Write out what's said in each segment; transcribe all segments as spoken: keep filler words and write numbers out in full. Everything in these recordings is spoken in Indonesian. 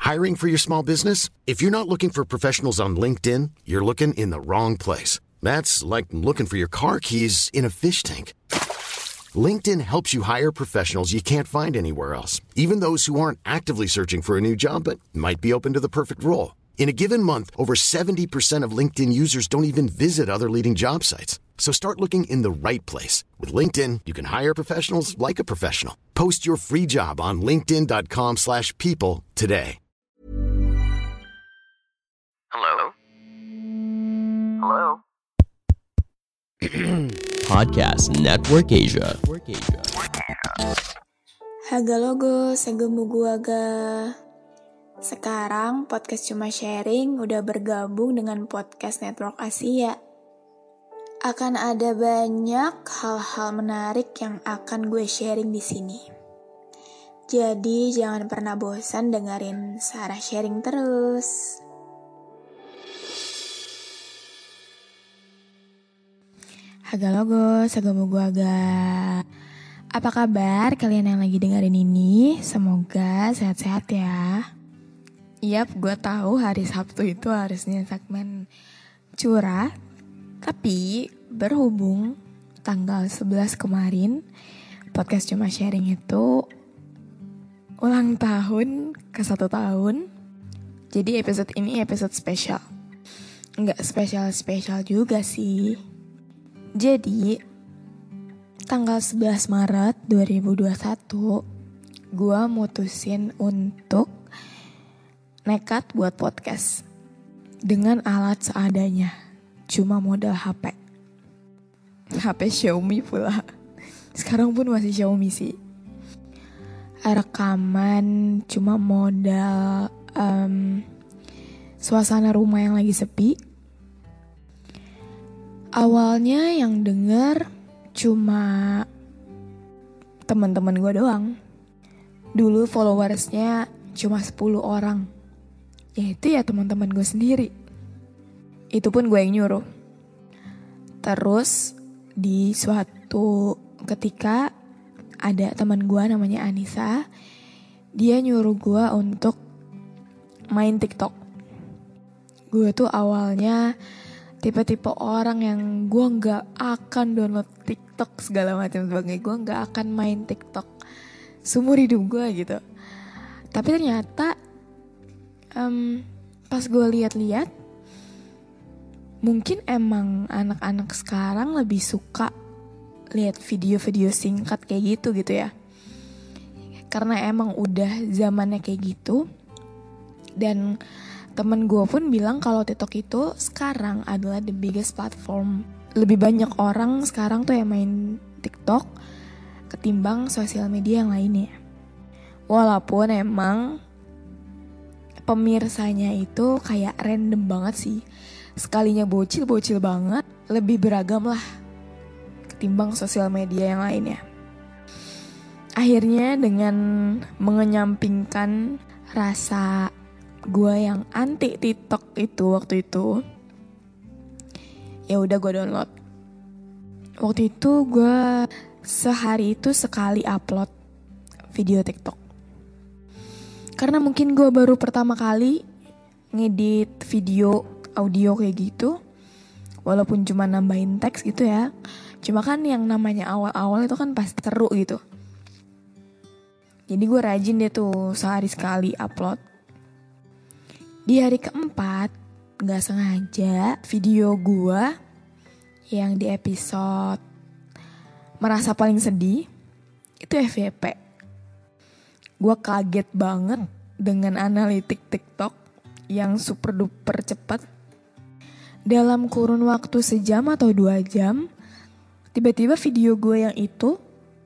Hiring for your small business? If you're not looking for professionals on LinkedIn, you're looking in the wrong place. That's like looking for your car keys in a fish tank. LinkedIn helps you hire professionals you can't find anywhere else, even those who aren't actively searching for a new job but might be open to the perfect role. In a given month, over seventy percent of LinkedIn users don't even visit other leading job sites. So start looking in the right place. With LinkedIn, you can hire professionals like a professional. Post your free job on linkedin.com slash people today. Hello? Hello? Podcast Network Asia. Haga logo, segemu gua ga. Sekarang podcast Cuma Sharing udah bergabung dengan podcast Network Asia. Akan ada banyak hal-hal menarik yang akan gue sharing di sini. Jadi jangan pernah bosan dengerin Sarah sharing terus. Haga logo, segemu gua ga. Apa kabar kalian yang lagi dengerin ini? Semoga sehat-sehat ya. Yap, gue tahu hari Sabtu itu harusnya segmen curhat. Tapi berhubung tanggal sebelas kemarin podcast Cuma Sharing itu ulang tahun ke satu tahun. Jadi episode ini episode spesial. Enggak spesial-spesial juga sih. Jadi tanggal sebelas Maret dua ribu dua puluh satu gue mutusin untuk nekat buat podcast dengan alat seadanya, cuma modal H P. H P Xiaomi pula. Sekarang pun masih Xiaomi sih. Rekaman cuma modal um, suasana rumah yang lagi sepi. Awalnya yang denger cuma teman-teman gue doang. Dulu followersnya cuma sepuluh orang. Ya itu ya teman-teman gue sendiri. Itu pun gue yang nyuruh. Terus di suatu ketika ada teman gue namanya Anissa. Dia nyuruh gue untuk main TikTok. Gue tuh awalnya tipe-tipe orang yang gue gak akan download TikTok segala macam sebagainya. Gue gak akan main TikTok seumur hidup gue gitu. Tapi ternyata Um, pas gue lihat-lihat, mungkin emang anak-anak sekarang lebih suka lihat video-video singkat kayak gitu gitu ya. Karena emang udah zamannya kayak gitu. Dan temen gue pun bilang kalau TikTok itu sekarang adalah the biggest platform. Lebih banyak orang sekarang tuh yang main TikTok ketimbang sosial media yang lainnya. Walaupun emang pemirsanya itu kayak random banget sih. Sekalinya bocil-bocil banget. Lebih beragam lah ketimbang sosial media yang lainnya. Akhirnya dengan mengenyampingkan rasa gue yang anti TikTok itu waktu itu, ya udah gue download. Waktu itu gue sehari itu sekali upload video TikTok. Karena mungkin gue baru pertama kali ngedit video, audio kayak gitu. Walaupun cuma nambahin teks gitu ya. Cuma kan yang namanya awal-awal itu kan pasti seru gitu. Jadi gue rajin deh tuh sehari sekali upload. Di hari keempat, gak sengaja video gue yang di episode merasa paling sedih itu F Y P. Gue kaget banget dengan analitik TikTok yang super duper cepat. Dalam kurun waktu sejam atau dua jam, tiba-tiba video gue yang itu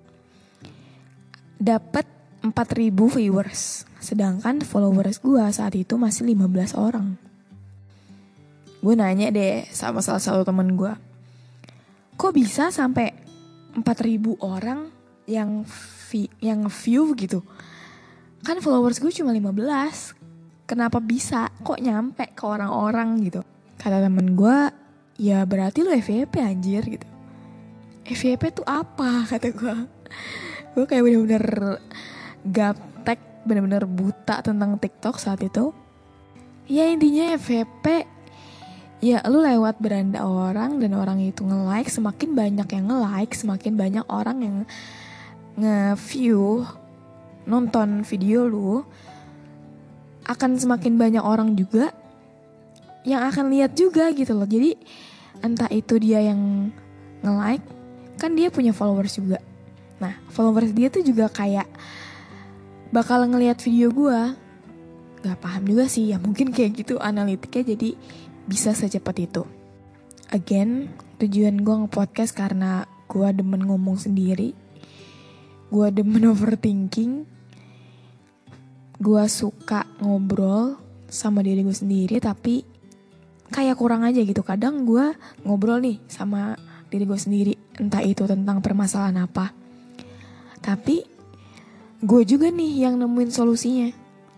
dapat empat ribu viewers. Sedangkan followers gue saat itu masih lima belas orang. Gue nanya deh sama salah satu temen gue, kok bisa sampai empat ribu orang yang, vi- yang view gitu? Kan followers gue cuma lima belas. Kenapa bisa? Kok nyampe ke orang-orang gitu? Kata temen gue, ya berarti lu F Y P anjir gitu. F Y P tuh apa? Kata gue. Gue kayak bener-bener gaptek benar-benar buta tentang TikTok saat itu. Ya intinya F Y P, ya lu lewat beranda orang dan orang itu nge-like, semakin banyak yang nge-like, semakin banyak orang yang nge-view, nonton video lu, akan semakin banyak orang juga yang akan lihat juga gitu loh. Jadi entah itu dia yang nge-like, kan dia punya followers juga. Nah followers dia tuh juga kayak bakal ngelihat video gue. Gak paham juga sih, ya mungkin kayak gitu analitiknya, jadi bisa secepat itu. Again, tujuan gue nge-podcast karena gue demen ngomong sendiri, gue demen overthinking, gue suka ngobrol sama diri gue sendiri, tapi kayak kurang aja gitu. Kadang gue ngobrol nih sama diri gue sendiri, entah itu tentang permasalahan apa, tapi gue juga nih yang nemuin solusinya.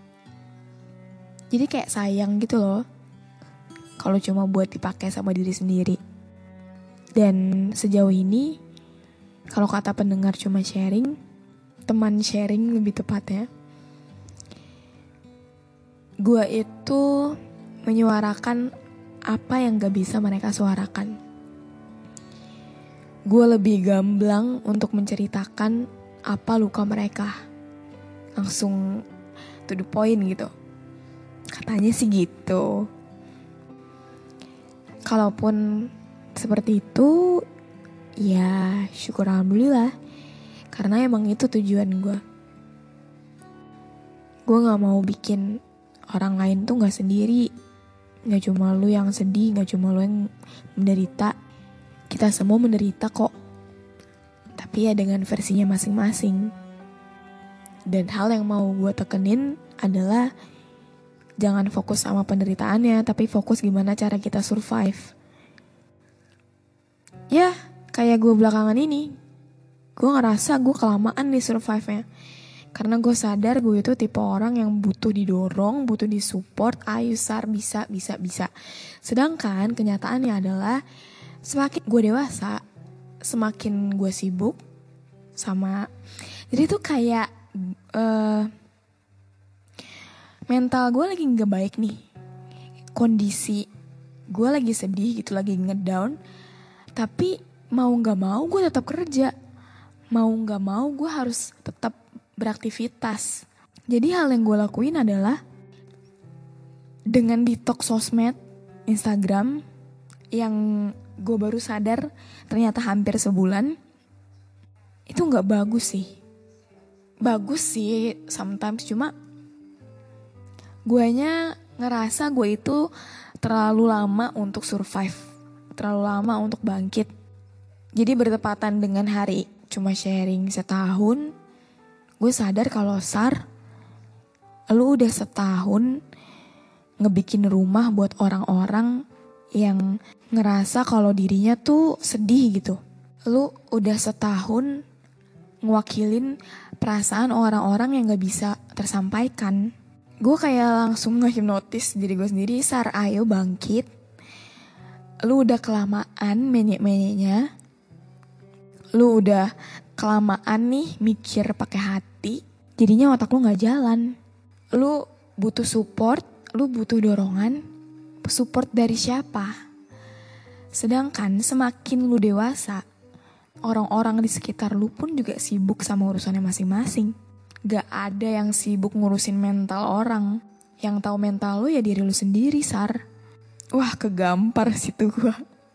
Jadi kayak sayang gitu loh kalau cuma buat dipakai sama diri sendiri. Dan sejauh ini, kalau kata pendengar cuma sharing, teman sharing lebih tepatnya, gue itu menyuarakan apa yang gak bisa mereka suarakan. Gue lebih gamblang untuk menceritakan apa luka mereka, langsung to the point gitu. Katanya sih gitu. Kalaupun seperti itu, ya syukur alhamdulillah. Karena emang itu tujuan gue. Gue gak mau bikin orang lain tuh gak sendiri. Gak cuma lu yang sedih, gak cuma lu yang menderita. Kita semua menderita kok. Tapi ya dengan versinya masing-masing. Dan hal yang mau gue tekenin adalah jangan fokus sama penderitaannya, tapi fokus gimana cara kita survive. Ya, kayak gue belakangan ini, gue ngerasa gue kelamaan di survive-nya. Karena gue sadar gue itu tipe orang yang butuh didorong, butuh disupport, ayo Sar, bisa, bisa, bisa. Sedangkan kenyataannya adalah semakin gue dewasa, semakin gue sibuk sama. Jadi tuh kayak Uh, mental gue lagi gak baik nih, kondisi gue lagi sedih gitu, lagi ngedown. Tapi mau gak mau gue tetap kerja, mau gak mau gue harus tetap beraktivitas. Jadi hal yang gue lakuin adalah dengan detox sosmed, Instagram, yang gue baru sadar ternyata hampir sebulan, itu gak bagus sih. Bagus sih sometimes, cuma guanya ngerasa gue itu terlalu lama untuk survive, terlalu lama untuk bangkit. Jadi bertepatan dengan hari cuma sharing setahun, gue sadar kalau Sar, lu udah setahun ngebikin rumah buat orang-orang yang ngerasa kalau dirinya tuh sedih gitu. Lu udah setahun ngewakilin perasaan orang-orang yang gak bisa tersampaikan. Gue kayak langsung nge-hipnotis diri gue sendiri, Sar ayo bangkit. Lu udah kelamaan menyek-menyeknya. Lu udah kelamaan nih mikir pakai hati, jadinya otak lu gak jalan. Lu butuh support, lu butuh dorongan. Support dari siapa? Sedangkan semakin lu dewasa, orang-orang di sekitar lu pun juga sibuk sama urusannya masing-masing. Gak ada yang sibuk ngurusin mental orang. Yang tahu mental lu ya diri lu sendiri, Sar. Wah, kegampar situ gue.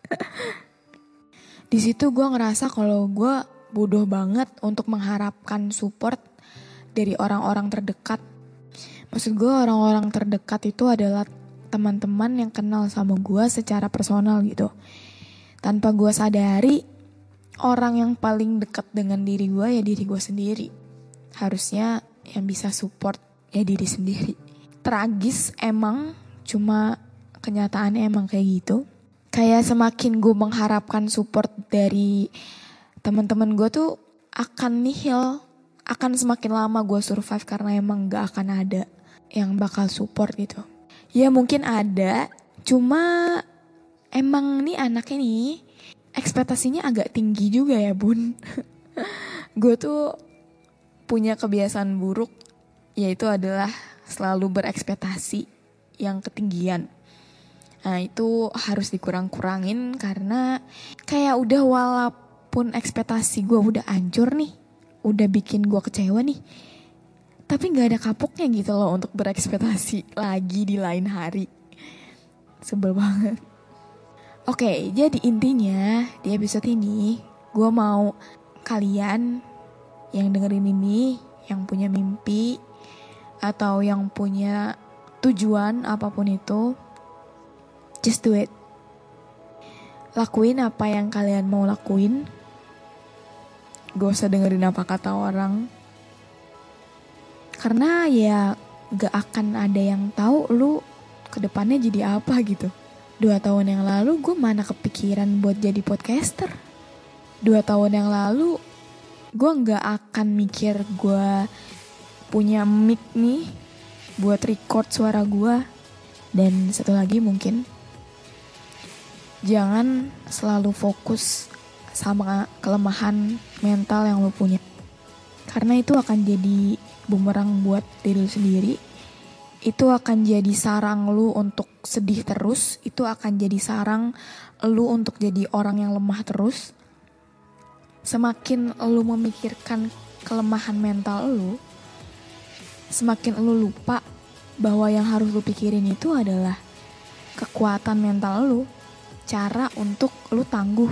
Di situ gue ngerasa kalau gue bodoh banget untuk mengharapkan support dari orang-orang terdekat. Maksud gue orang-orang terdekat itu adalah teman-teman yang kenal sama gue secara personal gitu. Tanpa gue sadari, orang yang paling dekat dengan diri gue ya diri gue sendiri. Harusnya yang bisa support ya diri sendiri. Tragis emang, cuma kenyataannya emang kayak gitu. Kayak semakin gue mengharapkan support dari teman-teman gue tuh akan nihil, akan semakin lama gue survive karena emang gak akan ada yang bakal support gitu. Ya mungkin ada, cuma emang nih anaknya nih ekspektasinya agak tinggi juga ya bun. Gue tuh punya kebiasaan buruk yaitu adalah selalu berekspektasi yang ketinggian. Nah itu harus dikurang-kurangin karena kayak udah walaupun ekspektasi gue udah hancur nih, udah bikin gue kecewa nih, tapi gak ada kapoknya gitu loh untuk berekspektasi lagi di lain hari. Sebel banget. Oke, jadi intinya di episode ini gue mau kalian yang dengerin ini, yang punya mimpi atau yang punya tujuan apapun itu, just do it. Lakuin apa yang kalian mau lakuin. Gak usah dengerin apa kata orang. Karena ya gak akan ada yang tahu lu kedepannya jadi apa gitu. Dua tahun yang lalu gue mana kepikiran buat jadi podcaster. Dua tahun yang lalu gue gak akan mikir gue punya mic nih buat record suara gue. Dan satu lagi mungkin, jangan selalu fokus sama kelemahan mental yang lo punya. Karena itu akan jadi bumerang buat diri lo sendiri. Itu akan jadi sarang lo untuk sedih terus. Itu akan jadi sarang lo untuk jadi orang yang lemah terus. Semakin lo memikirkan kelemahan mental lo, semakin lo lupa bahwa yang harus lo pikirin itu adalah kekuatan mental lo, cara untuk lo tangguh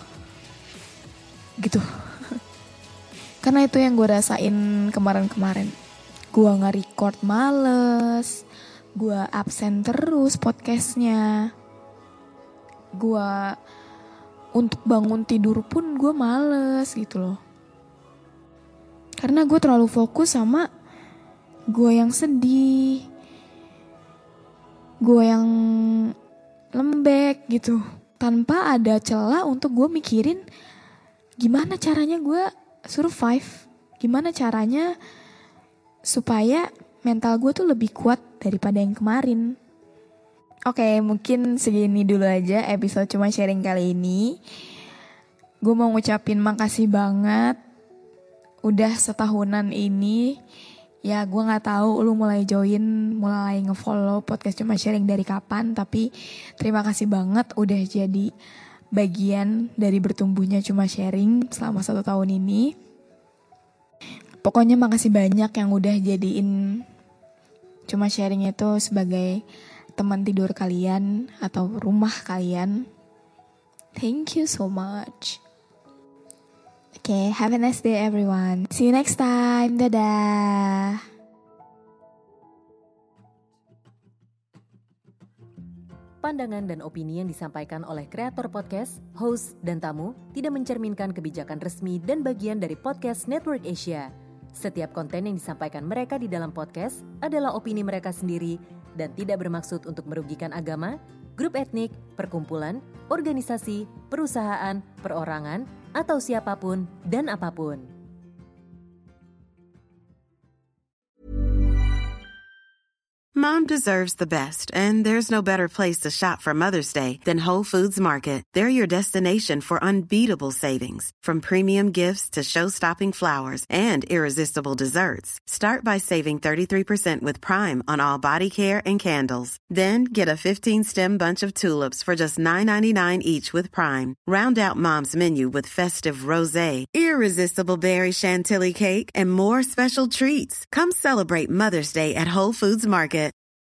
gitu. Karena itu yang gue rasain kemarin-kemarin. Gue nge-record males, gue absen terus podcastnya, gue untuk bangun tidur pun gue males gitu loh. Karena gue terlalu fokus sama gue yang sedih, gue yang lembek gitu, tanpa ada celah untuk gue mikirin gimana caranya gue survive, gimana caranya supaya mental gue tuh lebih kuat daripada yang kemarin. Oke, mungkin segini dulu aja episode Cuma Sharing kali ini. Gue mau ngucapin makasih banget udah setahunan ini. Ya gue gak tahu lu mulai join, mulai ngefollow podcast Cuma Sharing dari kapan, tapi terima kasih banget udah jadi bagian dari bertumbuhnya Cuma Sharing selama satu tahun ini. Pokoknya makasih banyak yang udah jadiin Cuma Sharing itu sebagai teman tidur kalian atau rumah kalian. Thank you so much. Okay, have a nice day everyone. See you next time. Dadah. Pandangan dan opini yang disampaikan oleh kreator podcast, host, dan tamu tidak mencerminkan kebijakan resmi dan bagian dari podcast Network Asia. Setiap konten yang disampaikan mereka di dalam podcast adalah opini mereka sendiri dan tidak bermaksud untuk merugikan agama, grup etnik, perkumpulan, organisasi, perusahaan, perorangan, atau siapapun dan apapun. Mom deserves the best, and there's no better place to shop for Mother's Day than Whole Foods Market. They're your destination for unbeatable savings, from premium gifts to show-stopping flowers and irresistible desserts. Start by saving thirty-three percent with Prime on all body care and candles. Then get a fifteen-stem bunch of tulips for just nine ninety-nine each with Prime. Round out Mom's menu with festive rosé, irresistible berry chantilly cake, and more special treats. Come celebrate Mother's Day at Whole Foods Market.